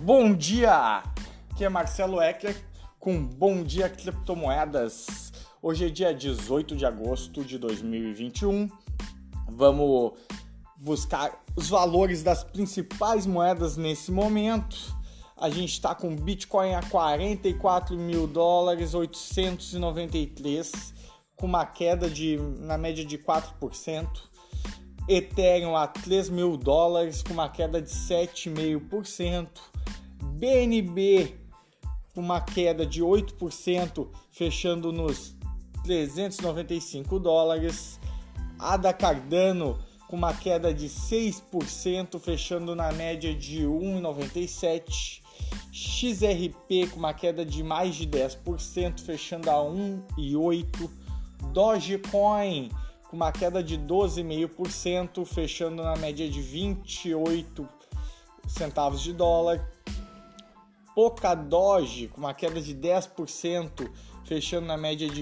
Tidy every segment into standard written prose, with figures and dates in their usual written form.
Bom dia! Aqui é Marcelo Ecker com Bom Dia Criptomoedas. Hoje é dia 18 de agosto de 2021. Vamos buscar os valores das principais moedas nesse momento. A gente está com Bitcoin a $44.893, com uma queda na média de 4%. Ethereum a $3.000, com uma queda de 7,5%. BNB com uma queda de 8%, fechando nos $395. ADA Cardano com uma queda de 6%, fechando na média de 1,97. XRP com uma queda de mais de 10%, fechando a 1,08. Dogecoin com uma queda de 12,5%, fechando na média de 28 centavos de dólar. Polkadot com uma queda de 10%, fechando na média de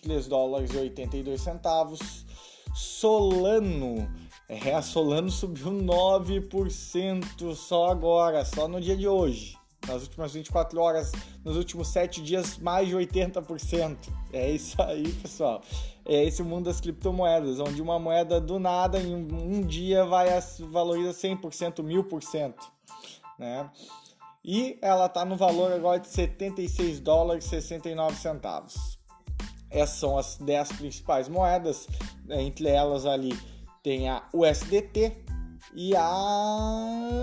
$23,82. Solano, a Solano subiu 9% só agora, só no dia de hoje. Nas últimas 24 horas, nos últimos 7 dias, mais de 80%. É isso aí, pessoal. É esse o mundo das criptomoedas, onde uma moeda do nada, em um dia, valoriza 100%, 1000%. Né? E ela está no valor agora de $76,69. Essas são as 10 principais moedas. Entre elas ali tem a USDT e a...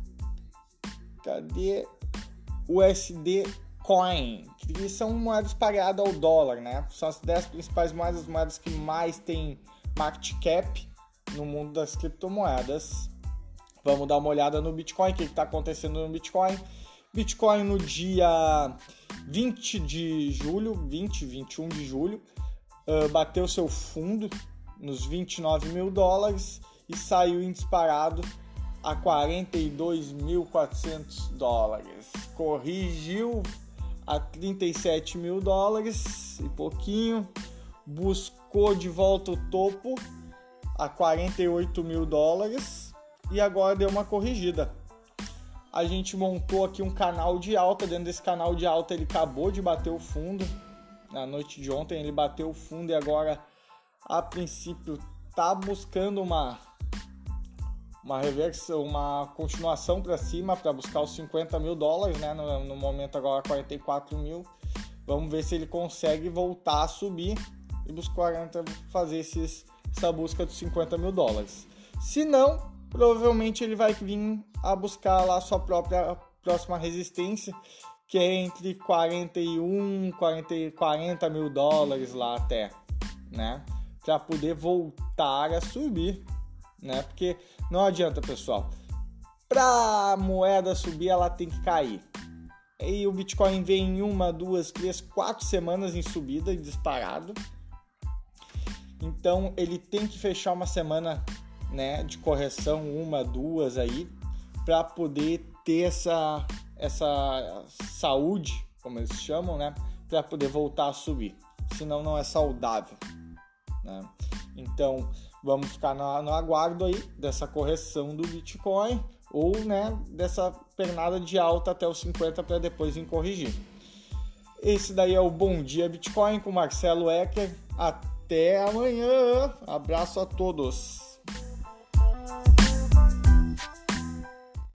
USD Coin, que são moedas pareadas ao dólar, né? São as 10 principais moedas que mais têm market cap no mundo das criptomoedas. Vamos dar uma olhada no Bitcoin, o que está acontecendo no Bitcoin. Bitcoin no dia 21 de julho, bateu seu fundo nos $29.000 e saiu em disparado a $42.400. Corrigiu a $37.000 e pouquinho, buscou de volta o topo a $48.000 e agora deu uma corrigida. A gente montou aqui um canal de alta. Dentro desse canal de alta ele acabou de bater o fundo. Na noite de ontem ele bateu o fundo e agora, a princípio, está buscando uma reversão, uma continuação para cima, para buscar os $50.000, né? No momento agora 44.000. Vamos ver se ele consegue voltar a subir e fazer essa busca dos $50.000. Se não, provavelmente ele vai vir a buscar lá a sua própria próxima resistência, que é entre $40.000 lá até, né? Para poder voltar a subir, né? Porque não adianta, pessoal. Para a moeda subir, ela tem que cair. E o Bitcoin vem em 1, 2, 3, 4 semanas em subida e disparado. Então ele tem que fechar uma semana, né, de correção, 1, 2 aí, para poder ter essa saúde, como eles chamam, né, para poder voltar a subir. Senão não é saudável, né? Então vamos ficar no aguardo aí dessa correção do Bitcoin ou, né, dessa pernada de alta até os 50 para depois vir corrigir. Esse daí é o Bom Dia Bitcoin com Marcelo Ecker. Até amanhã. Abraço a todos.